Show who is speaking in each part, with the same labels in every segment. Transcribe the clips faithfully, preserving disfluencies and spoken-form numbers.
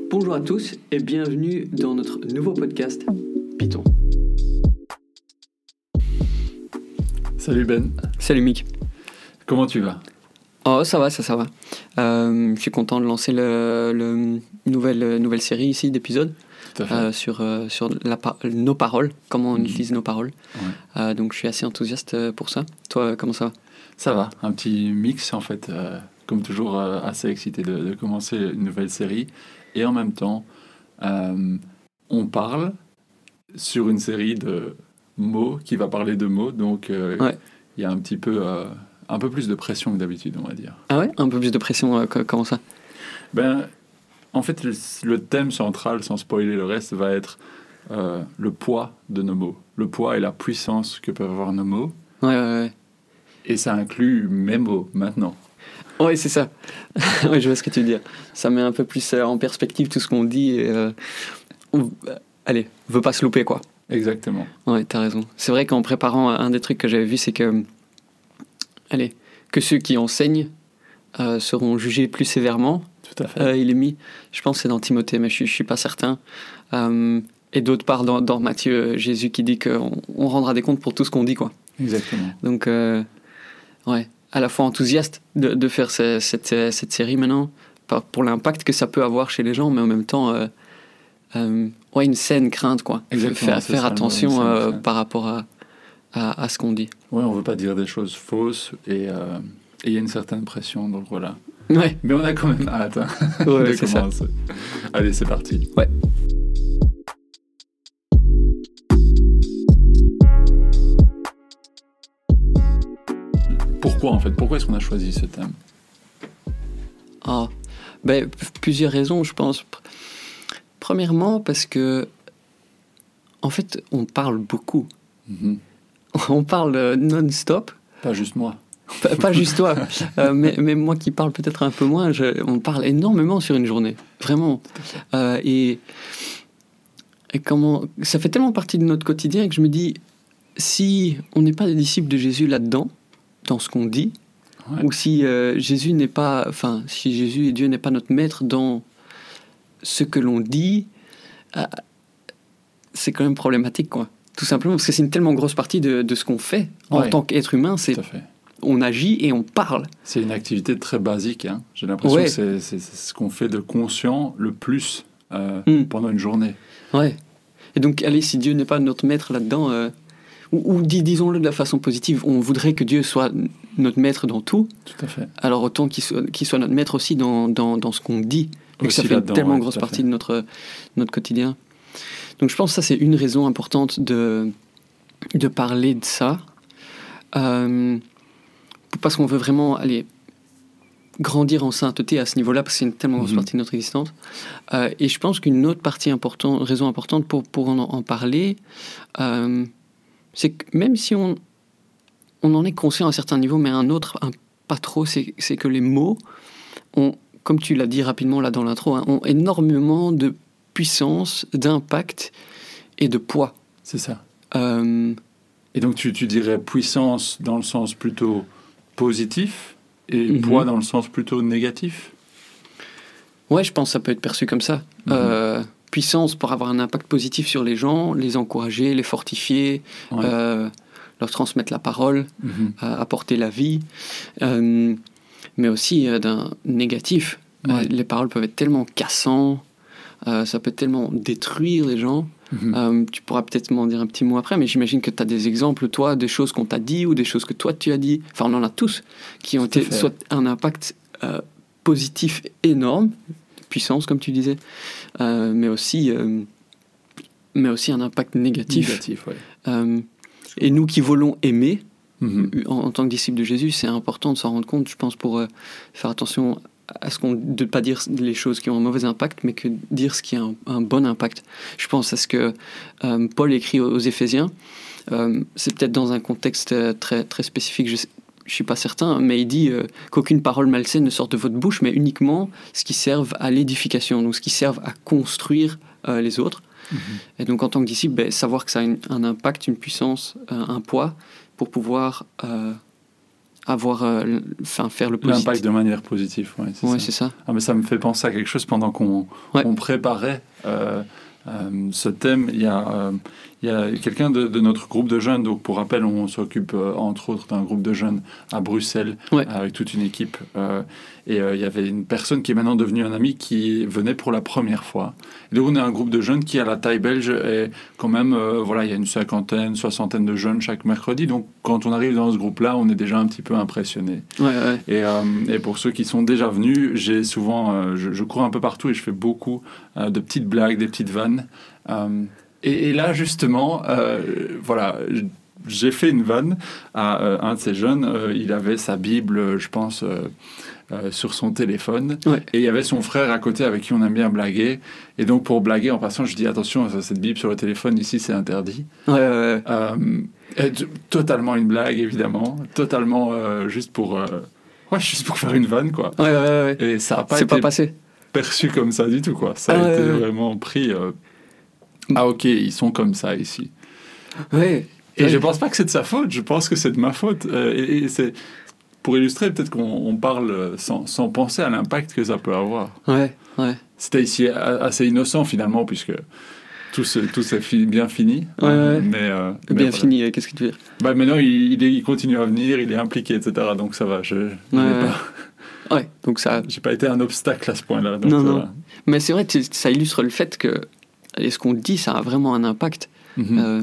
Speaker 1: Bonjour à tous et bienvenue dans notre nouveau podcast Python.
Speaker 2: Salut Ben.
Speaker 1: Salut Mick.
Speaker 2: Comment tu vas ?
Speaker 1: Oh ça va, ça, ça va. Euh, je suis content de lancer le, le nouvelle, nouvelle série ici d'épisodes euh, sur, euh, sur la, nos paroles, comment on mmh. utilise nos paroles. Ouais. Euh, donc je suis assez enthousiaste pour ça. Toi, comment ça va ?
Speaker 2: Ça va, un petit mix en fait, euh, comme toujours euh, assez excité de, de commencer une nouvelle série. Et en même temps, euh, on parle sur une série de mots qui va parler de mots, donc euh, il ouais. y a un petit peu, euh, un peu plus de pression que d'habitude, on va dire.
Speaker 1: Ah ouais ? Un peu plus de pression, euh, comment ça ?
Speaker 2: Ben, en fait, le, le thème central, sans spoiler le reste, va être euh, le poids de nos mots. Le poids et la puissance que peuvent avoir nos mots.
Speaker 1: Ouais, ouais, ouais.
Speaker 2: Et ça inclut mes mots, maintenant.
Speaker 1: Oui, c'est ça. Oui, je vois ce que tu veux dire. Ça met un peu plus en perspective tout ce qu'on dit. Et, euh, on, allez, on veut pas se louper, quoi.
Speaker 2: Exactement.
Speaker 1: Oui, t'as raison. C'est vrai qu'en préparant, un des trucs que j'avais vu, c'est que, allez, que ceux qui enseignent euh, seront jugés plus sévèrement.
Speaker 2: Tout à fait.
Speaker 1: Euh, il est mis, je pense que c'est dans Timothée, mais je ne suis pas certain. Euh, et d'autre part, dans, dans Matthieu, Jésus qui dit qu'on on rendra des comptes pour tout ce qu'on dit, quoi.
Speaker 2: Exactement.
Speaker 1: Donc, euh, ouais, à la fois enthousiaste de, de faire ce, cette, cette série maintenant, pour l'impact que ça peut avoir chez les gens, mais en même temps, euh, euh, ouais, une saine crainte, quoi.
Speaker 2: Exactement.
Speaker 1: Faire, faire attention euh, par rapport à, à, à ce qu'on dit.
Speaker 2: Ouais, on ne veut pas dire des choses fausses et il euh, y a une certaine pression, donc voilà.
Speaker 1: Ouais.
Speaker 2: Mais on a quand même hâte hein,
Speaker 1: ouais,
Speaker 2: de
Speaker 1: c'est
Speaker 2: commencer. Ça. Allez, c'est parti.
Speaker 1: Ouais.
Speaker 2: Pourquoi en fait ? Pourquoi est-ce qu'on a choisi ce thème ?
Speaker 1: Ah, ben, p- plusieurs raisons, je pense. Premièrement, parce que, en fait, on parle beaucoup. Mm-hmm. On parle non-stop.
Speaker 2: Pas juste moi.
Speaker 1: Pas, pas juste toi, euh, mais, mais moi qui parle peut-être un peu moins, je, on parle énormément sur une journée, vraiment. Euh, et, et comment, ça fait tellement partie de notre quotidien que je me dis, si on n'est pas des disciples de Jésus là-dedans, dans ce qu'on dit, ouais. ou si euh, Jésus n'est pas, enfin, si Jésus et Dieu n'est pas notre maître dans ce que l'on dit, euh, c'est quand même problématique, quoi. Tout simplement parce que c'est une tellement grosse partie de, de ce qu'on fait en ouais. tant qu'être humain, c'est
Speaker 2: Tout à fait.
Speaker 1: On agit et on parle.
Speaker 2: C'est une activité très basique. Hein. J'ai l'impression ouais. que c'est, c'est, c'est ce qu'on fait de conscient le plus euh, mm. pendant une journée.
Speaker 1: Ouais. Et donc, allez, si Dieu n'est pas notre maître là-dedans, euh, ou, ou dis, disons-le de la façon positive, on voudrait que Dieu soit notre maître dans tout.
Speaker 2: Tout à fait.
Speaker 1: Alors autant qu'il soit, qu'il soit notre maître aussi dans, dans, dans ce qu'on dit. Et que ça fait une tellement ouais, grosse partie de notre, notre quotidien. Donc je pense que ça, c'est une raison importante de, de parler de ça. Euh, parce qu'on veut vraiment aller grandir en sainteté à ce niveau-là, parce que c'est une tellement grosse mm-hmm. partie de notre existence. Euh, et je pense qu'une autre partie importante, raison importante pour, pour en, en parler, euh, c'est que même si on, on en est conscient à un certain niveau, mais un autre, un, pas trop, c'est, c'est que les mots, ont, comme tu l'as dit rapidement là dans l'intro, hein, ont énormément de puissance, d'impact et de poids.
Speaker 2: C'est ça.
Speaker 1: Euh,
Speaker 2: et donc tu, tu dirais puissance dans le sens plutôt positif et mm-hmm. poids dans le sens plutôt négatif ?
Speaker 1: Ouais, je pense que ça peut être perçu comme ça. Mm-hmm. Euh, puissance pour avoir un impact positif sur les gens, les encourager, les fortifier, ouais. euh, leur transmettre la parole, mm-hmm. euh, apporter la vie. Euh, mais aussi euh, d'un négatif. Ouais. Euh, les paroles peuvent être tellement cassantes, euh, ça peut tellement détruire les gens. Mm-hmm. Euh, tu pourras peut-être m'en dire un petit mot après, mais j'imagine que tu as des exemples, toi, des choses qu'on t'a dit ou des choses que toi tu as dit. Enfin, on en a tous qui ont été soit un impact euh, positif énorme, puissance comme tu disais, euh, mais aussi, euh, mais aussi un impact négatif.
Speaker 2: Négatif, ouais.
Speaker 1: Euh, et nous qui voulons aimer,
Speaker 2: mm-hmm.
Speaker 1: en, en tant que disciples de Jésus, c'est important de s'en rendre compte, je pense, pour euh, faire attention à ce qu'on, de ne pas dire les choses qui ont un mauvais impact, mais que dire ce qui a un, un bon impact. Je pense à ce que euh, Paul écrit aux, aux Éphésiens. Euh, c'est peut-être dans un contexte très, très spécifique, je ne suis pas certain, mais il dit euh, qu'aucune parole malsaine ne sorte de votre bouche, mais uniquement ce qui serve à l'édification, donc ce qui serve à construire euh, les autres. Mmh. Et donc en tant que disciple, ben, savoir que ça a une, un impact, une puissance, un, un poids, pour pouvoir euh, avoir, euh, enfin, faire le positif.
Speaker 2: L'impact de manière positive, ouais, c'est
Speaker 1: ouais,
Speaker 2: ça.
Speaker 1: c'est ça.
Speaker 2: Ah, mais ça me fait penser à quelque chose pendant qu'on
Speaker 1: ouais.
Speaker 2: on préparait euh, euh, ce thème. Il y a, euh, il y a quelqu'un de, de notre groupe de jeunes, donc pour rappel, on s'occupe euh, entre autres d'un groupe de jeunes à Bruxelles,
Speaker 1: ouais.
Speaker 2: avec toute une équipe. Euh, et euh, il y avait une personne qui est maintenant devenue un ami qui venait pour la première fois. Et donc on est un groupe de jeunes qui, à la taille belge, est quand même, euh, voilà, il y a une cinquantaine, soixantaine de jeunes chaque mercredi. Donc quand on arrive dans ce groupe-là, on est déjà un petit peu impressionné.
Speaker 1: Ouais, ouais.
Speaker 2: Et, euh, et pour ceux qui sont déjà venus, j'ai souvent, euh, je, je cours un peu partout et je fais beaucoup euh, de petites blagues, des petites vannes. Euh, et, et là, justement, euh, voilà, j'ai fait une vanne à euh, un de ces jeunes. Euh, il avait sa Bible, je pense, euh, euh, sur son téléphone.
Speaker 1: Ouais.
Speaker 2: Et il y avait son frère à côté avec qui on aime bien blaguer. Et donc, pour blaguer, en passant, je dis attention, cette Bible sur le téléphone, ici, c'est interdit.
Speaker 1: Ouais, ouais, ouais.
Speaker 2: Euh, et, totalement une blague, évidemment. Totalement euh, juste pour... Euh, Ouais, juste pour faire une vanne, quoi.
Speaker 1: Ouais, ouais, ouais.
Speaker 2: Et ça n'a pas
Speaker 1: C'est
Speaker 2: été
Speaker 1: pas passé.
Speaker 2: perçu comme ça du tout, quoi. Ça
Speaker 1: ah,
Speaker 2: a
Speaker 1: ouais,
Speaker 2: été
Speaker 1: ouais.
Speaker 2: vraiment pris... Euh... Ah, ok, ils sont comme ça, ici.
Speaker 1: Ouais.
Speaker 2: Et
Speaker 1: ouais.
Speaker 2: je pense pas que c'est de sa faute, je pense que c'est de ma faute. Euh, et, et c'est... Pour illustrer, peut-être qu'on on parle sans, sans penser à l'impact que ça peut avoir.
Speaker 1: Ouais, ouais.
Speaker 2: C'était ici assez innocent, finalement, puisque... Tout, ce, tout c'est fi- bien fini.
Speaker 1: Ouais, ouais.
Speaker 2: Mais, euh,
Speaker 1: bien
Speaker 2: mais
Speaker 1: fini, voilà. Qu'est-ce que tu veux dire?
Speaker 2: Bah, maintenant, il, il, est, il continue à venir, il est impliqué, et cetera. Donc ça va, je n'ai
Speaker 1: ouais,
Speaker 2: pas,
Speaker 1: ouais, donc ça...
Speaker 2: j'ai pas été un obstacle à ce point-là. Donc
Speaker 1: non,
Speaker 2: ça
Speaker 1: non.
Speaker 2: va.
Speaker 1: Mais c'est vrai, ça illustre le fait que et ce qu'on dit, ça a vraiment un impact.
Speaker 2: Mm-hmm.
Speaker 1: Euh,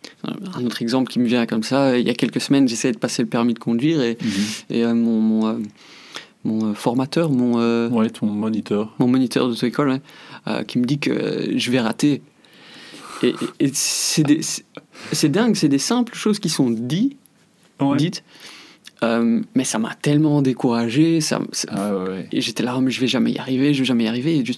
Speaker 1: un autre exemple qui me vient comme ça, il y a quelques semaines, j'essayais de passer le permis de conduire et,
Speaker 2: Mm-hmm.
Speaker 1: et euh, mon... mon euh, mon formateur, mon... Euh,
Speaker 2: ouais, ton moniteur.
Speaker 1: Mon moniteur d'auto-école, ouais, euh, qui me dit que je vais rater. Et, et, et c'est, des, c'est, c'est dingue, c'est des simples choses qui sont dites,
Speaker 2: ouais.
Speaker 1: dites euh, mais ça m'a tellement découragé. Ça,
Speaker 2: ah, ouais, ouais.
Speaker 1: Et j'étais là, oh, mais je vais jamais y arriver, je vais jamais y arriver. Et, juste...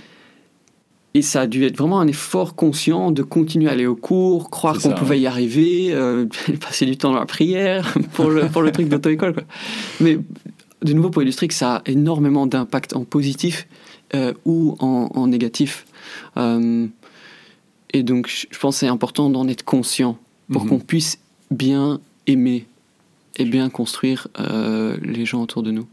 Speaker 1: et ça a dû être vraiment un effort conscient de continuer à aller au cours, croire c'est qu'on ça, pouvait ouais. y arriver, euh, passer du temps dans la prière pour le, pour le truc d'auto-école, quoi. Mais de nouveau, pour illustrer que ça a énormément d'impact en positif euh, ou en, en négatif. Euh, Et donc, je pense que c'est important d'en être conscient pour mm-hmm. qu'on puisse bien aimer et bien construire euh, les gens autour de nous.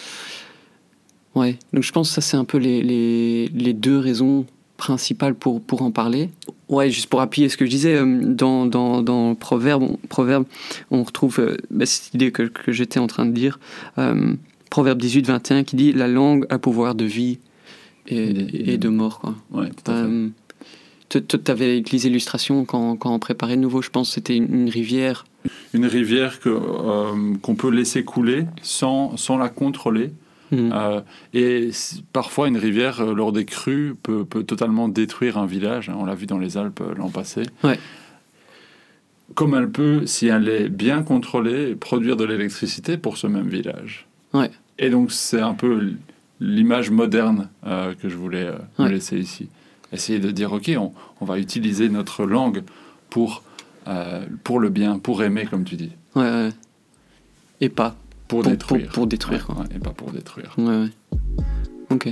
Speaker 1: Ouais, donc je pense que ça, c'est un peu les, les, les deux raisons principales pour, pour en parler. Ouais, juste pour appuyer ce que je disais, dans, dans, dans Proverbe, on, Proverbe, on retrouve euh, bah, cette idée que, que j'étais en train de dire. Euh, Proverbe dix-huit, vingt et un, qui dit « La langue a pouvoir de vie et, et, et de mort. » quoi.
Speaker 2: Ouais, tout à fait.
Speaker 1: Euh, Tu avais utilisé l'illustration quand, quand on préparait de nouveau, je pense que c'était une, une rivière.
Speaker 2: Une rivière que, euh, qu'on peut laisser couler sans, sans la contrôler. Mmh. Euh, et parfois, une rivière, euh, lors des crues, peut, peut totalement détruire un village. On l'a vu dans les Alpes euh, l'an passé.
Speaker 1: Ouais.
Speaker 2: Comme elle peut, si elle est bien contrôlée, produire de l'électricité pour ce même village.
Speaker 1: Ouais.
Speaker 2: Et donc, c'est un peu l'image moderne euh, que je voulais euh, ouais. laisser ici. Essayer de dire, OK, on, on va utiliser notre langue pour, euh, pour le bien, pour aimer, comme tu dis.
Speaker 1: Ouais, ouais. Et pas
Speaker 2: pour,
Speaker 1: pour
Speaker 2: détruire.
Speaker 1: Pour, pour détruire,
Speaker 2: ouais,
Speaker 1: quoi.
Speaker 2: Ouais, et pas pour détruire.
Speaker 1: Ouais, ouais. OK.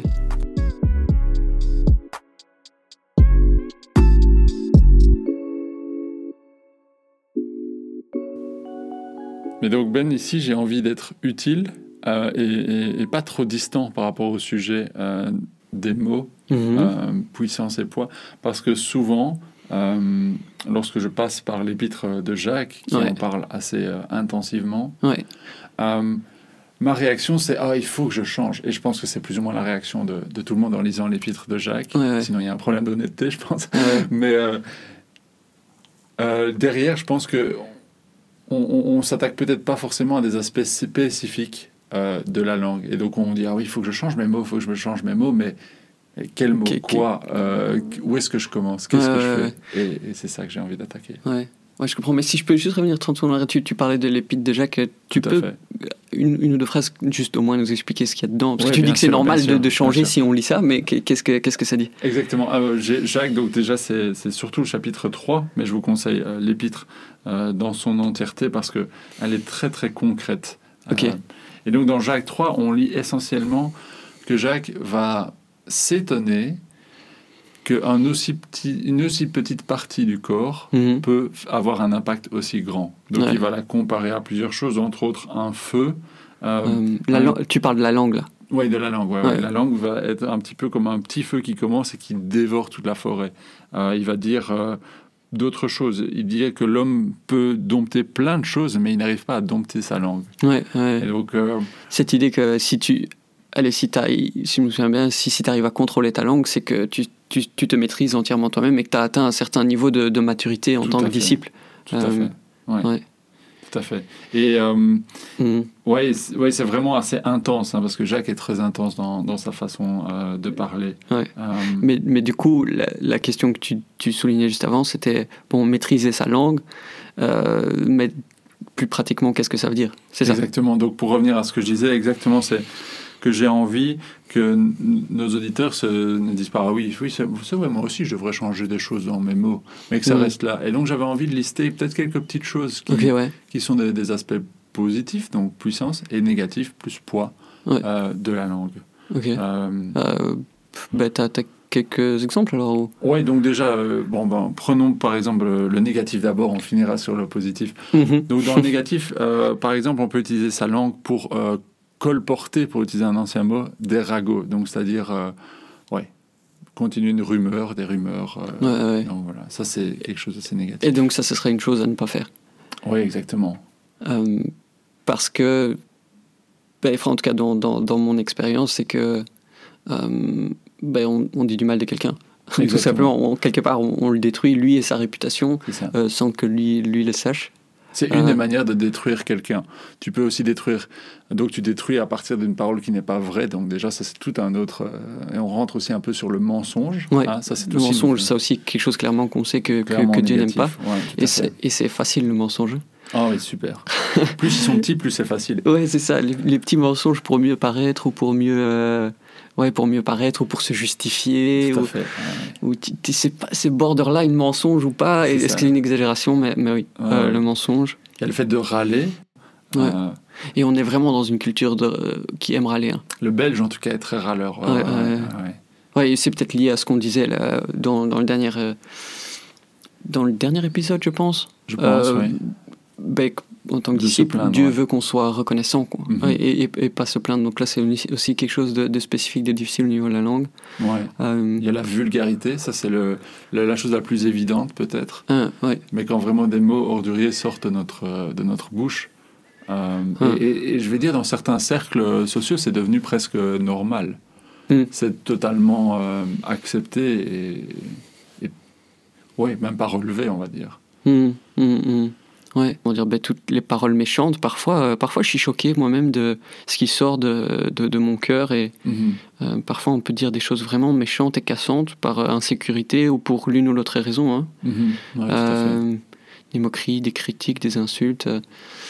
Speaker 2: Mais donc, Ben, ici, j'ai envie d'être utile euh, et, et, et pas trop distant par rapport au sujet euh, des mots, mmh. euh, puissance et poids, parce que souvent, euh, lorsque je passe par l'épître de Jacques, qui ouais. en parle assez euh, intensivement,
Speaker 1: ouais.
Speaker 2: euh, ma réaction, c'est « Ah, il faut que je change ». Et je pense que c'est plus ou moins la réaction de, de tout le monde en lisant l'épître de Jacques.
Speaker 1: Ouais, ouais.
Speaker 2: Sinon, il y a un problème d'honnêteté, je pense.
Speaker 1: Ouais.
Speaker 2: Mais euh, euh, derrière, je pense que on, on, on s'attaque peut-être pas forcément à des aspects spécifiques euh, de la langue. Et donc, on dit « Ah oui, il faut que je change mes mots, il faut que je me change mes mots », mais quel mot, okay, quoi okay. Euh, où est-ce que je commence, qu'est-ce ouais, que je
Speaker 1: ouais,
Speaker 2: fais ouais. et, et c'est ça que j'ai envie d'attaquer.
Speaker 1: Ouais. Ouais, je comprends. Mais si je peux juste revenir trente secondes, tu, tu parlais de l'épître de Jacques. Tu
Speaker 2: Tout
Speaker 1: peux, une, une ou deux phrases, juste au moins nous expliquer ce qu'il y a dedans. Parce ouais, que tu dis que c'est sûr, normal sûr, de, de changer si on lit ça, mais qu'est-ce que, qu'est-ce que ça dit ?
Speaker 2: Exactement. Euh, Jacques, donc déjà, c'est, c'est surtout le chapitre trois, mais je vous conseille euh, l'épître euh, dans son entièreté parce qu'elle est très, très concrète.
Speaker 1: Okay.
Speaker 2: Euh, et donc, dans Jacques trois, on lit essentiellement que Jacques va s'étonner qu'une aussi, petit, aussi petite partie du corps mm-hmm. peut avoir un impact aussi grand. Donc, ouais. il va la comparer à plusieurs choses, entre autres un feu.
Speaker 1: Euh, euh, la un... Lang- tu parles de la langue, là.
Speaker 2: Oui, de la langue. Ouais, ouais. Ouais. La langue va être un petit peu comme un petit feu qui commence et qui dévore toute la forêt. Euh, il va dire euh, d'autres choses. Il dirait que l'homme peut dompter plein de choses, mais il n'arrive pas à dompter sa langue.
Speaker 1: Ouais, ouais.
Speaker 2: Et donc, euh...
Speaker 1: cette idée que si tu... Allez, si, si je me souviens bien, si, si tu arrives à contrôler ta langue, c'est que tu, tu, tu te maîtrises entièrement toi-même et que tu as atteint un certain niveau de, de maturité en
Speaker 2: Tout
Speaker 1: tant que
Speaker 2: fait.
Speaker 1: disciple.
Speaker 2: Tout euh, à fait. Ouais.
Speaker 1: Ouais.
Speaker 2: Tout à fait. Et euh, mm-hmm. ouais, c'est, ouais, c'est vraiment assez intense, hein, parce que Jacques est très intense dans, dans sa façon euh, de parler.
Speaker 1: Ouais.
Speaker 2: Euh,
Speaker 1: mais, mais du coup, la, la question que tu, tu soulignais juste avant, c'était, bon, maîtriser sa langue, euh, mais plus pratiquement, qu'est-ce que ça veut dire ? C'est ça ?
Speaker 2: Exactement. Donc, pour revenir à ce que je disais, exactement, c'est que j'ai envie que n- nos auditeurs se, ne disent pas « Ah oui, oui c'est, c'est vrai, moi aussi, je devrais changer des choses dans mes mots », mais que ça mmh. reste là. Et donc, j'avais envie de lister peut-être quelques petites choses qui,
Speaker 1: okay, ouais.
Speaker 2: qui sont des, des aspects positifs, donc puissance, et négatifs, plus poids, ouais. euh, de la langue.
Speaker 1: Ok. Euh, euh, bah, t'as, t'as quelques exemples, alors ou...
Speaker 2: Oui, donc déjà, euh, bon, ben, prenons par exemple le négatif d'abord, on finira sur le positif.
Speaker 1: Mmh.
Speaker 2: Donc, dans le négatif, euh, par exemple, on peut utiliser sa langue pour... Euh, colporter, pour utiliser un ancien mot, des ragots. Donc, c'est-à-dire, euh, ouais, continuer une rumeur, des rumeurs. Euh,
Speaker 1: ouais, ouais.
Speaker 2: Donc, voilà, ça, c'est quelque chose d'assez négatif.
Speaker 1: Et donc, ça, ce serait une chose à ne pas faire.
Speaker 2: Oui, exactement.
Speaker 1: Euh, parce que, ben, en tout cas, dans, dans, dans mon expérience, c'est que euh, ben, on, on dit du mal de quelqu'un. Tout simplement, on, quelque part, on, on le détruit, lui et sa réputation, euh, sans que lui, lui le sache.
Speaker 2: C'est une euh... des manières de détruire quelqu'un. Tu peux aussi détruire... Donc, tu détruis à partir d'une parole qui n'est pas vraie. Donc, déjà, ça, c'est tout un autre... Euh, et on rentre aussi un peu sur le mensonge.
Speaker 1: Ouais.
Speaker 2: Hein, ça, c'est
Speaker 1: le
Speaker 2: aussi
Speaker 1: mensonge,
Speaker 2: une...
Speaker 1: ça aussi, quelque chose clairement qu'on sait que, que, que Dieu n'aime pas.
Speaker 2: Ouais,
Speaker 1: et, c'est, et c'est facile, le mensonge.
Speaker 2: Ah oui, super. Plus ils sont petits, plus c'est facile.
Speaker 1: Ouais, c'est ça. Les, les petits mensonges pour mieux paraître ou pour mieux... Euh... Ouais, pour mieux paraître ou pour se justifier.
Speaker 2: Tout à
Speaker 1: ou,
Speaker 2: fait. Ouais.
Speaker 1: Ou t- t- c'est, pas, c'est borderline mensonge ou pas. C'est Est-ce ça. Qu'il y a une exagération ? Mais, mais oui, ouais, euh, ouais. le mensonge.
Speaker 2: Il y a le fait de râler.
Speaker 1: Ouais.
Speaker 2: Euh,
Speaker 1: Et on est vraiment dans une culture de, euh, qui aime râler. Hein.
Speaker 2: Le Belge, en tout cas, est très râleur.
Speaker 1: Ouais, ouais,
Speaker 2: euh,
Speaker 1: ouais. ouais. ouais et c'est peut-être lié à ce qu'on disait là, dans, dans, le dernier, euh, dans le dernier épisode, je pense.
Speaker 2: Je pense, euh, oui.
Speaker 1: Ben, en tant que de disciple, plaindre, Dieu ouais. veut qu'on soit reconnaissant, quoi. Mm-hmm. Ouais, et, et, et pas se plaindre. Donc là, c'est aussi quelque chose de, de spécifique, de difficile au niveau de la langue.
Speaker 2: Ouais. Euh, Il y a la vulgarité, ça c'est le, le, la chose la plus évidente peut-être.
Speaker 1: Ah, ouais.
Speaker 2: Mais quand vraiment des mots orduriers sortent de notre, de notre bouche, euh, ah. et, et, et je vais dire dans certains cercles sociaux, c'est devenu presque normal. Mm. C'est totalement euh, accepté et, et ouais, même pas relevé, on va dire.
Speaker 1: Mm, mm, mm. Ouais, on va dire ben, toutes les paroles méchantes. Parfois, euh, parfois, je suis choqué moi-même de ce qui sort de, de, de mon cœur. Et mm-hmm. euh, parfois, on peut dire des choses vraiment méchantes et cassantes par euh, insécurité ou pour l'une ou l'autre raison. Hein.
Speaker 2: Mm-hmm. Ouais,
Speaker 1: euh, des moqueries, des critiques, des insultes. Euh...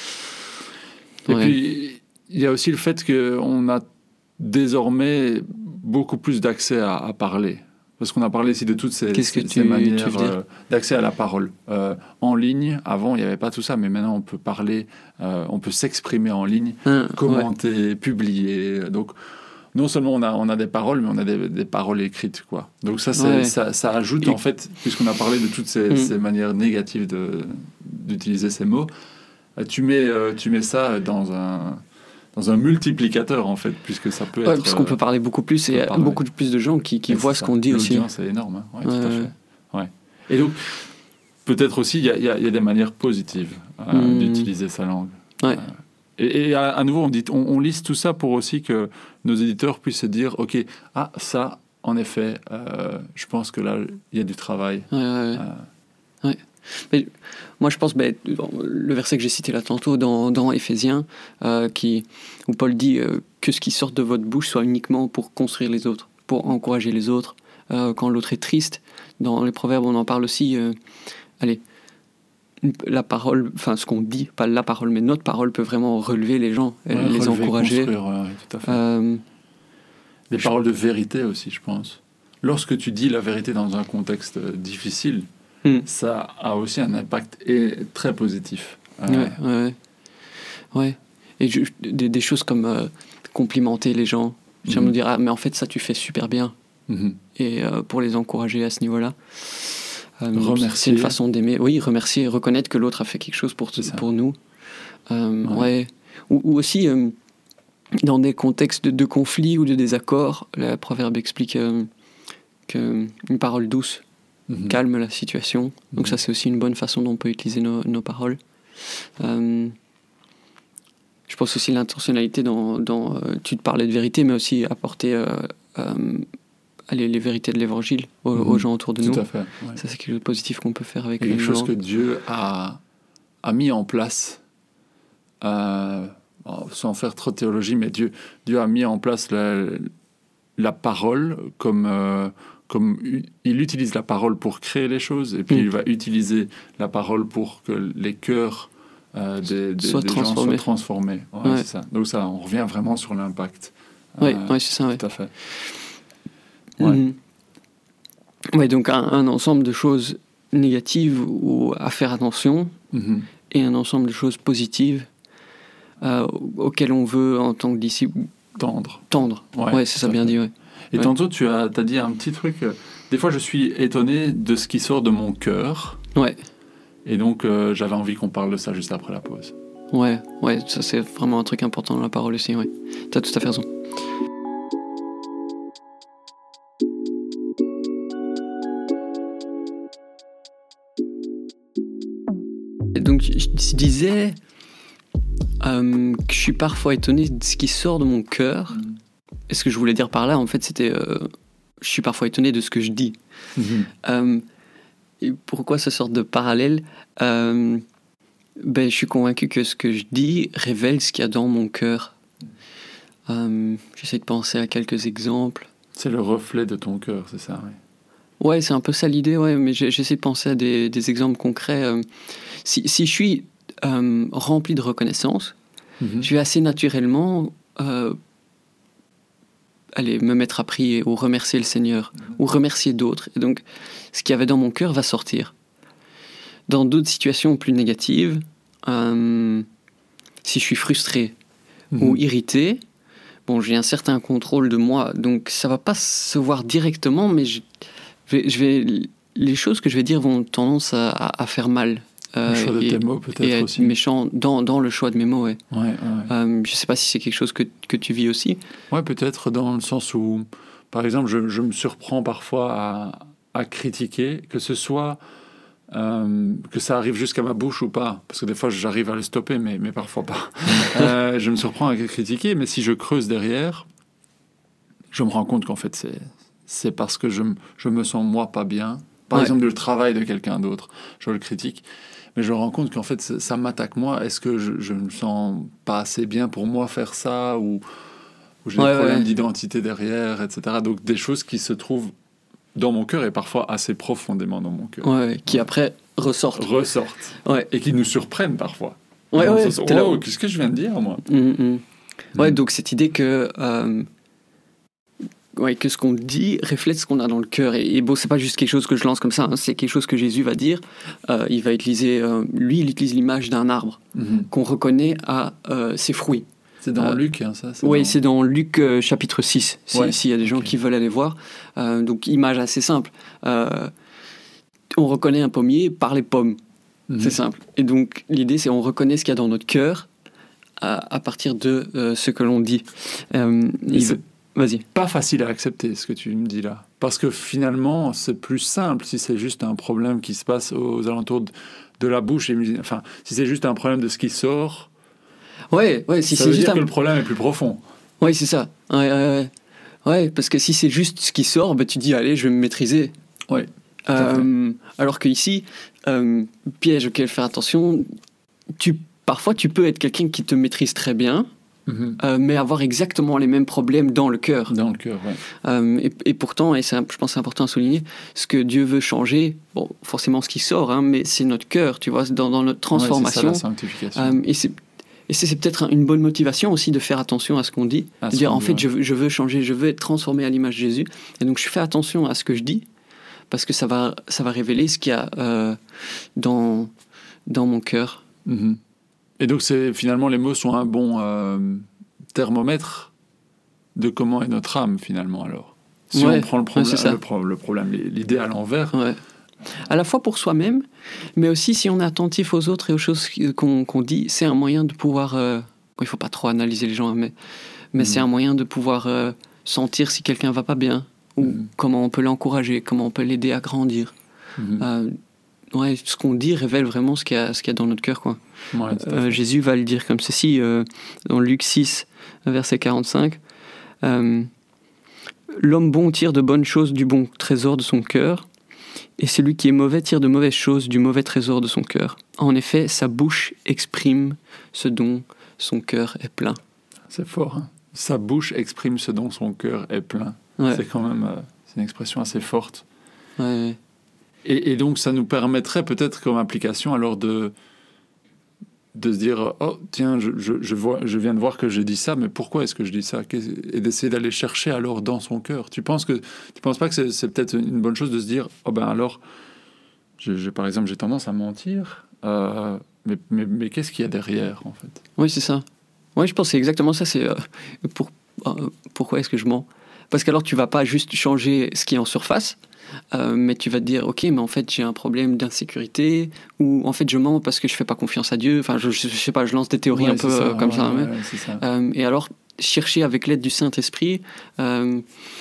Speaker 2: Et ouais. puis, il y a aussi le fait qu'on a désormais beaucoup plus d'accès à, à parler. Parce qu'on a parlé ici de toutes ces, ces,
Speaker 1: tu,
Speaker 2: ces manières
Speaker 1: tu
Speaker 2: euh, d'accès à la parole. Euh, en ligne, avant, il n'y avait pas tout ça, mais maintenant, on peut parler, euh, on peut s'exprimer en ligne, ah, commenter, ouais. publier. Donc, non seulement on a, on a des paroles, mais on a des, des paroles écrites, quoi. Donc ça, c'est, ouais. ça, ça ajoute, Et... en fait, puisqu'on a parlé de toutes ces, mm. ces manières négatives de, d'utiliser ces mots, tu mets, euh, tu mets ça dans un... dans un multiplicateur, en fait, puisque ça peut
Speaker 1: ouais,
Speaker 2: être...
Speaker 1: parce qu'on peut parler beaucoup plus, et il y a beaucoup plus de gens qui, qui voient ce qu'on dit aussi.
Speaker 2: C'est énorme, hein. Ouais, ouais, tout à fait. Ouais. Et donc, peut-être aussi, il y, y, y a des manières positives euh, mmh. d'utiliser sa langue.
Speaker 1: Ouais.
Speaker 2: Euh, et, et à, à nouveau, on, dit, on, on liste tout ça pour aussi que nos éditeurs puissent se dire, OK, ah, ça, en effet, euh, je pense que là, il y a du travail.
Speaker 1: Ouais, ouais, ouais. Euh, ouais. Mais moi, je pense, ben, le verset que j'ai cité là tantôt dans, dans Éphésiens, euh, qui, où Paul dit euh, que ce qui sort de votre bouche soit uniquement pour construire les autres, pour encourager les autres. Euh, quand l'autre est triste, dans les proverbes, on en parle aussi. Euh, allez, la parole, enfin, ce qu'on dit, pas la parole, mais notre parole peut vraiment relever les gens, ouais, les relever, encourager.
Speaker 2: Construire, ouais, tout à fait. Euh, Des je... paroles de vérité aussi, je pense. Lorsque tu dis la vérité dans un contexte difficile, Mm. ça a aussi un impact et très positif.
Speaker 1: Euh... Ouais, ouais, ouais. Et je, des, des choses comme euh, complimenter les gens. J'aime mm. me dire, ah, mais en fait, ça, tu fais super bien. mm-hmm. et euh, pour les encourager à ce niveau-là. Euh, remercier. C'est une façon d'aimer. Oui, remercier, reconnaître que l'autre a fait quelque chose pour, pour nous. Euh, ouais. Ouais. Ou, ou aussi, euh, dans des contextes de, de conflit ou de désaccord, le proverbe explique euh, qu'une parole douce mm-hmm. calme la situation. Mm-hmm. Donc ça, c'est aussi une bonne façon dont on peut utiliser nos, nos paroles. Euh, je pense aussi l'intentionnalité dans, dans euh, tu te parlais de vérité, mais aussi apporter euh, euh, les, les vérités de l'évangile aux, mmh. aux gens autour de
Speaker 2: Tout
Speaker 1: nous.
Speaker 2: À fait, ouais.
Speaker 1: Ça, c'est quelque chose de positif qu'on peut faire avec
Speaker 2: quelque chose que Dieu a, a mis en place, euh, sans faire trop de théologie, mais Dieu, Dieu a mis en place la, la parole comme, euh, comme il utilise la parole pour créer les choses, et puis mmh. il va utiliser la parole pour que les cœurs Euh, des, des,
Speaker 1: soit
Speaker 2: des
Speaker 1: transformé.
Speaker 2: gens soient transformés. Ouais, ouais. C'est ça. Donc ça, on revient vraiment sur l'impact.
Speaker 1: Oui, euh, ouais, c'est ça. Ouais.
Speaker 2: Tout à fait.
Speaker 1: Ouais. Mmh. Ouais, donc un, un ensemble de choses négatives ou à faire attention, mmh. et un ensemble de choses positives euh, auxquelles on veut, en tant que disciple,
Speaker 2: tendre.
Speaker 1: Tendre. Ouais, ouais c'est ça, bien fait. Dit. Ouais.
Speaker 2: Et
Speaker 1: ouais.
Speaker 2: tantôt, tu as, t'as dit un petit truc. Euh, des fois, je suis étonné de ce qui sort de mon cœur.
Speaker 1: Ouais.
Speaker 2: Et donc, euh, j'avais envie qu'on parle de ça juste après la pause.
Speaker 1: Ouais, ouais, ça c'est vraiment un truc important dans la parole aussi, ouais. T'as tout à fait raison. Et donc, je disais euh, que je suis parfois étonné de ce qui sort de mon cœur. Mmh. Et ce que je voulais dire par là, en fait, c'était... Euh, je suis parfois étonné de ce que je dis. Mmh. Euh, Et pourquoi ce sorte de parallèle euh, ben, je suis convaincu que ce que je dis révèle ce qu'il y a dans mon cœur. Euh, j'essaie de penser à quelques exemples.
Speaker 2: C'est le reflet de ton cœur, c'est ça, oui.
Speaker 1: Ouais, c'est un peu ça l'idée, ouais, mais j'essaie de penser à des, des exemples concrets. Euh, si, si je suis euh, rempli de reconnaissance, mm-hmm. je vais assez naturellement euh, aller me mettre à prier ou remercier le Seigneur, mm-hmm. ou remercier d'autres. Et donc, ce qu'il y avait dans mon cœur va sortir. Dans d'autres situations plus négatives, euh, si je suis frustré mmh. ou irrité, bon, j'ai un certain contrôle de moi, donc ça va pas se voir directement, mais je vais, je vais, les choses que je vais dire vont tendance à, à, à faire mal.
Speaker 2: Euh, le choix de et, tes mots peut-être
Speaker 1: et
Speaker 2: aussi.
Speaker 1: Méchant dans, dans le choix de mes mots, ouais.
Speaker 2: ouais, ouais.
Speaker 1: Euh, je sais pas si c'est quelque chose que, que tu vis aussi.
Speaker 2: Ouais, peut-être dans le sens où, par exemple, je, je me surprends parfois à, à critiquer, que ce soit... Euh, que ça arrive jusqu'à ma bouche ou pas, parce que des fois j'arrive à le stopper, mais, mais parfois pas. euh, je me surprends à critiquer, mais si je creuse derrière, je me rends compte qu'en fait c'est, c'est parce que je, je me sens moi pas bien. Par ouais. exemple, le travail de quelqu'un d'autre, je le critique, mais je me rends compte qu'en fait ça, ça m'attaque moi. Est-ce que je, je me sens pas assez bien pour moi faire ça, ou, ou j'ai ouais, des problèmes ouais. d'identité derrière, et cetera. Donc des choses qui se trouvent dans mon cœur et parfois assez profondément dans mon cœur.
Speaker 1: Ouais, qui ouais. après ressortent.
Speaker 2: Ressortent.
Speaker 1: Ouais.
Speaker 2: Et qui nous surprennent parfois.
Speaker 1: Ouais, ouais.
Speaker 2: Sens, oh, là. Qu'est-ce que je viens de dire, moi
Speaker 1: mmh, mmh. Mmh. Ouais, donc cette idée que, euh, ouais, que ce qu'on dit reflète ce qu'on a dans le cœur. Et, et bon, c'est pas juste quelque chose que je lance comme ça, hein, c'est quelque chose que Jésus va dire. Euh, il va utiliser, euh, lui, il utilise l'image d'un arbre mmh. qu'on reconnaît à euh, ses fruits.
Speaker 2: C'est dans euh, Luc, hein, ça
Speaker 1: Oui,
Speaker 2: dans...
Speaker 1: c'est dans Luc euh, chapitre six, s'il ouais. si y a des gens okay. qui veulent aller voir. Euh, donc, image assez simple. Euh, on reconnaît un pommier par les pommes. Mm-hmm. C'est simple. Et donc, l'idée, c'est on reconnaît ce qu'il y a dans notre cœur à, à partir de euh, ce que l'on dit. Euh,
Speaker 2: c'est
Speaker 1: Vas-y.
Speaker 2: Pas facile à accepter, ce que tu me dis là. Parce que finalement, c'est plus simple si c'est juste un problème qui se passe aux alentours de, de la bouche. Et, enfin, si c'est juste un problème de ce qui sort...
Speaker 1: Ouais, ouais, si
Speaker 2: ça
Speaker 1: c'est
Speaker 2: veut
Speaker 1: juste
Speaker 2: dire
Speaker 1: un...
Speaker 2: que le problème est plus profond.
Speaker 1: Oui, c'est ça. Ouais, ouais, ouais. Ouais, parce que si c'est juste ce qui sort, bah, tu dis, allez, je vais me maîtriser.
Speaker 2: Ouais.
Speaker 1: Euh, alors qu'ici, euh, piège auquel faire attention, tu, parfois tu peux être quelqu'un qui te maîtrise très bien, mm-hmm. euh, mais avoir exactement les mêmes problèmes dans le cœur.
Speaker 2: Dans le cœur, ouais.
Speaker 1: Euh, et, et pourtant, et c'est, je pense que c'est important à souligner, ce que Dieu veut changer, bon, forcément ce qui sort, hein, mais c'est notre cœur, tu vois, dans, dans notre transformation.
Speaker 2: Ouais, c'est ça, la sanctification.
Speaker 1: Euh, et c'est Et c'est, c'est peut-être une bonne motivation aussi de faire attention à ce qu'on dit. À de dire, en fait, ouais. je, je veux changer, je veux être transformé à l'image de Jésus. Et donc, je fais attention à ce que je dis, parce que ça va, ça va révéler ce qu'il y a euh, dans, dans mon cœur.
Speaker 2: Mm-hmm. Et donc, c'est, finalement, les mots sont un bon euh, thermomètre de comment est notre âme, finalement, alors. Si
Speaker 1: ouais.
Speaker 2: on prend le problème,
Speaker 1: ouais,
Speaker 2: le, pro- le problème, l'idée à l'envers.
Speaker 1: Ouais. À la fois pour soi-même, mais aussi si on est attentif aux autres et aux choses qu'on, qu'on dit, c'est un moyen de pouvoir... Euh, il ne faut pas trop analyser les gens, hein, mais, mais mmh. c'est un moyen de pouvoir euh, sentir si quelqu'un ne va pas bien, ou mmh. comment on peut l'encourager, comment on peut l'aider à grandir. Mmh. Euh, ouais, ce qu'on dit révèle vraiment ce qu'il y a, ce qu'il y a dans notre cœur, quoi.
Speaker 2: Ouais,
Speaker 1: euh, Jésus va le dire comme ceci, euh, dans Luc six, verset quarante-cinq. Euh, L'homme bon tire de bonnes choses du bon trésor de son cœur, et celui qui est mauvais tire de mauvaises choses du mauvais trésor de son cœur. En effet, sa bouche exprime ce dont son cœur est plein.
Speaker 2: C'est fort, hein. Sa bouche exprime ce dont son cœur est plein.
Speaker 1: Ouais.
Speaker 2: C'est quand même euh, c'est une expression assez forte.
Speaker 1: Ouais.
Speaker 2: Et, et donc, ça nous permettrait peut-être comme implication alors de, de se dire « Oh, tiens, je, je, je, vois, je viens de voir que j'ai dit ça, mais pourquoi est-ce que je dis ça ?» Et d'essayer d'aller chercher alors dans son cœur. Tu penses que tu penses pas que c'est, c'est peut-être une bonne chose de se dire « Oh ben alors, je, je, par exemple, j'ai tendance à mentir, euh, mais, mais, mais qu'est-ce qu'il y a derrière, en fait ?»
Speaker 1: Oui, c'est ça. Oui, je pense que c'est exactement ça. C'est euh, pour, euh, pourquoi est-ce que je mens ? Parce qu'alors, tu vas pas juste changer ce qui est en surface, euh, mais tu vas te dire, ok, mais en fait, j'ai un problème d'insécurité, ou en fait, je mens parce que je fais pas confiance à Dieu. Enfin, je, je, je sais pas, je lance des théories ouais, un peu ça, euh, comme
Speaker 2: ouais,
Speaker 1: ça.
Speaker 2: Ouais,
Speaker 1: mais,
Speaker 2: ouais, c'est ça.
Speaker 1: Euh, et alors, chercher avec l'aide du Saint-Esprit, euh,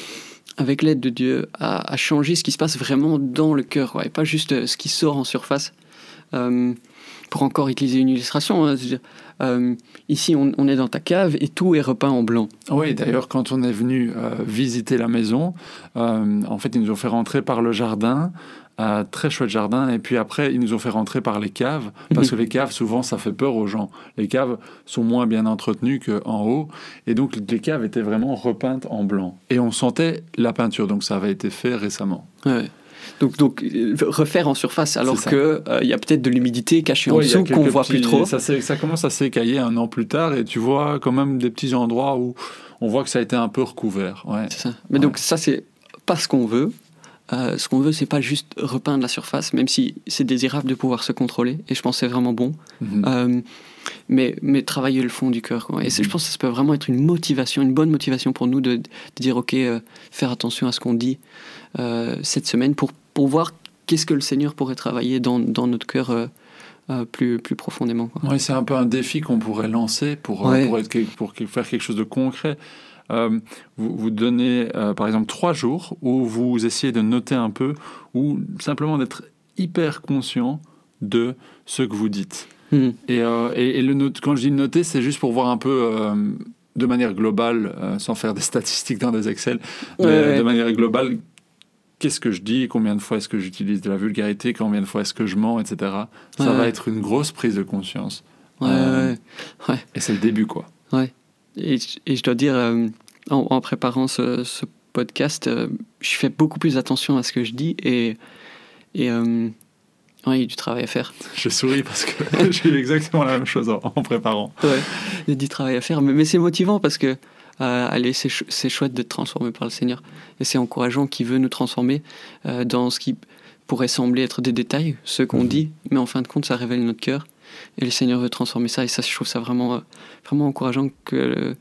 Speaker 1: avec l'aide de Dieu, à, à changer ce qui se passe vraiment dans le cœur, ouais, et pas juste ce qui sort en surface. Euh, pour encore utiliser une illustration, hein, c'est-à-dire, euh, ici on, on est dans ta cave et tout est repeint en blanc.
Speaker 2: Oui, d'ailleurs quand on est venu euh, visiter la maison, euh, en fait ils nous ont fait rentrer par le jardin, euh, très chouette jardin, et puis après ils nous ont fait rentrer par les caves, parce que les caves souvent ça fait peur aux gens. Les caves sont moins bien entretenues qu'en haut, et donc les caves étaient vraiment repeintes en blanc. Et on sentait la peinture, donc ça avait été fait récemment.
Speaker 1: Ouais. Donc, donc, refaire en surface, alors qu'il euh, y a peut-être de l'humidité cachée en ouais, dessous qu'on ne voit
Speaker 2: petits,
Speaker 1: plus trop.
Speaker 2: Ça, ça commence à s'écailler un an plus tard et tu vois quand même des petits endroits où on voit que ça a été un peu recouvert. Ouais.
Speaker 1: C'est ça. Mais
Speaker 2: ouais.
Speaker 1: donc ça, c'est pas ce qu'on veut. Euh, ce qu'on veut, c'est pas juste repeindre la surface, même si c'est désirable de pouvoir se contrôler, et je pense que c'est vraiment bon. Mm-hmm. Euh, mais, mais travailler le fond du cœur. Quoi. Et mm-hmm. je pense que ça peut vraiment être une motivation, une bonne motivation pour nous de, de dire, ok, euh, faire attention à ce qu'on dit euh, cette semaine pour, pour voir qu'est-ce que le Seigneur pourrait travailler dans, dans notre cœur euh, euh, plus, plus profondément. Quoi.
Speaker 2: Oui, c'est un peu un défi qu'on pourrait lancer pour,
Speaker 1: ouais.
Speaker 2: euh, pour, être, pour faire quelque chose de concret. Euh, vous, vous donnez euh, par exemple trois jours où vous essayez de noter un peu ou simplement d'être hyper conscient de ce que vous dites. Mmh. Et, euh, et, et le note, quand je dis noter, c'est juste pour voir un peu euh, de manière globale, euh, sans faire des statistiques dans des Excel, mais ouais, ouais. de manière globale, qu'est-ce que je dis, combien de fois est-ce que j'utilise de la vulgarité, combien de fois est-ce que je mens, et cetera. Ça ouais. va être une grosse prise de conscience.
Speaker 1: Ouais, euh, ouais. Ouais.
Speaker 2: Et c'est le début, quoi.
Speaker 1: Ouais. Et, et je dois dire, euh, en, en préparant ce, ce podcast, euh, je fais beaucoup plus attention à ce que je dis et, et euh, ouais, il y a du travail à faire.
Speaker 2: Je souris parce que j'ai eu exactement la même chose en, en préparant.
Speaker 1: Ouais, il y a du travail à faire, mais, mais c'est motivant parce que euh, allez, c'est, ch- c'est chouette d'être transformé par le Seigneur et c'est encourageant qu'il veut nous transformer euh, dans ce qui pourrait sembler être des détails, ce qu'on mmh. dit, mais en fin de compte, ça révèle notre cœur. Et le Seigneur veut transformer ça, et ça, je trouve ça vraiment, vraiment encourageant que...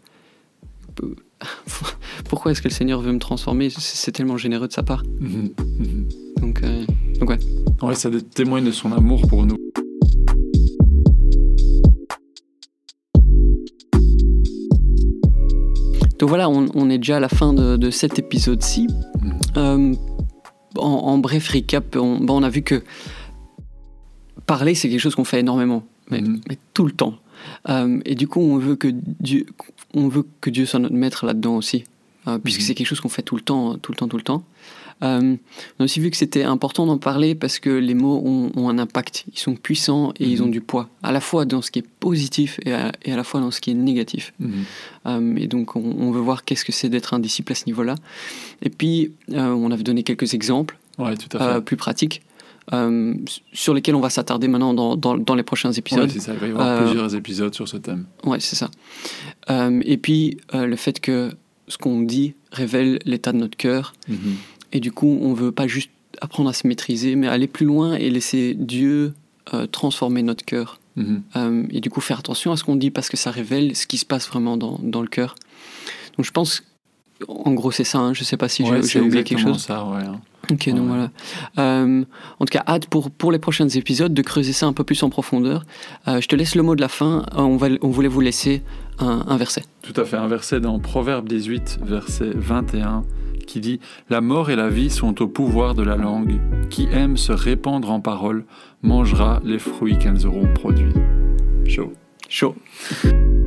Speaker 1: Pourquoi est-ce que le Seigneur veut me transformer ? C'est tellement généreux de sa part. Mmh, mmh. Donc, euh, donc, ouais.
Speaker 2: Ouais, ça témoigne de son amour pour nous.
Speaker 1: Donc voilà, on, on est déjà à la fin de, de cet épisode-ci. Mmh. Euh, en, en bref recap, on, bon, on a vu que parler, c'est quelque chose qu'on fait énormément, mais, mmh. mais tout le temps. Euh, et du coup, on veut que Dieu, on veut que Dieu soit notre maître là-dedans aussi, euh, puisque mmh. c'est quelque chose qu'on fait tout le temps, tout le temps, tout le temps. Euh, on a aussi vu que c'était important d'en parler parce que les mots ont, ont un impact. Ils sont puissants et mmh. ils ont du poids, à la fois dans ce qui est positif et à, et à la fois dans ce qui est négatif. Mmh. Euh, et donc, on, on veut voir qu'est-ce que c'est d'être un disciple à ce niveau-là. Et puis, euh, on avait donné quelques exemples
Speaker 2: ouais, tout à fait.
Speaker 1: Euh, plus pratiques. Euh, sur lesquels on va s'attarder maintenant dans, dans, dans les prochains épisodes.
Speaker 2: Ouais, c'est ça, il va y avoir euh, plusieurs épisodes sur ce thème.
Speaker 1: Ouais, c'est ça. Euh, et puis, euh, le fait que ce qu'on dit révèle l'état de notre cœur. Mm-hmm. Et du coup, on ne veut pas juste apprendre à se maîtriser, mais aller plus loin et laisser Dieu euh, transformer notre cœur. Mm-hmm. Euh, et du coup, faire attention à ce qu'on dit parce que ça révèle ce qui se passe vraiment dans, dans le cœur. Donc, je pense En gros, c'est ça. Hein. Je ne sais pas si
Speaker 2: ouais,
Speaker 1: j'ai, j'ai oublié quelque chose.
Speaker 2: Ça, ouais.
Speaker 1: Ok, ouais. donc voilà. Euh, en tout cas, hâte pour, pour les prochains épisodes de creuser ça un peu plus en profondeur. Euh, je te laisse le mot de la fin. Euh, on, va, on voulait vous laisser un, un verset.
Speaker 2: Tout à fait, un verset dans Proverbe dix-huit, verset vingt et un, qui dit « La mort et la vie sont au pouvoir de la langue. Qui aime se répandre en paroles mangera les fruits qu'elles auront produits. » Chaud.
Speaker 1: Chaud.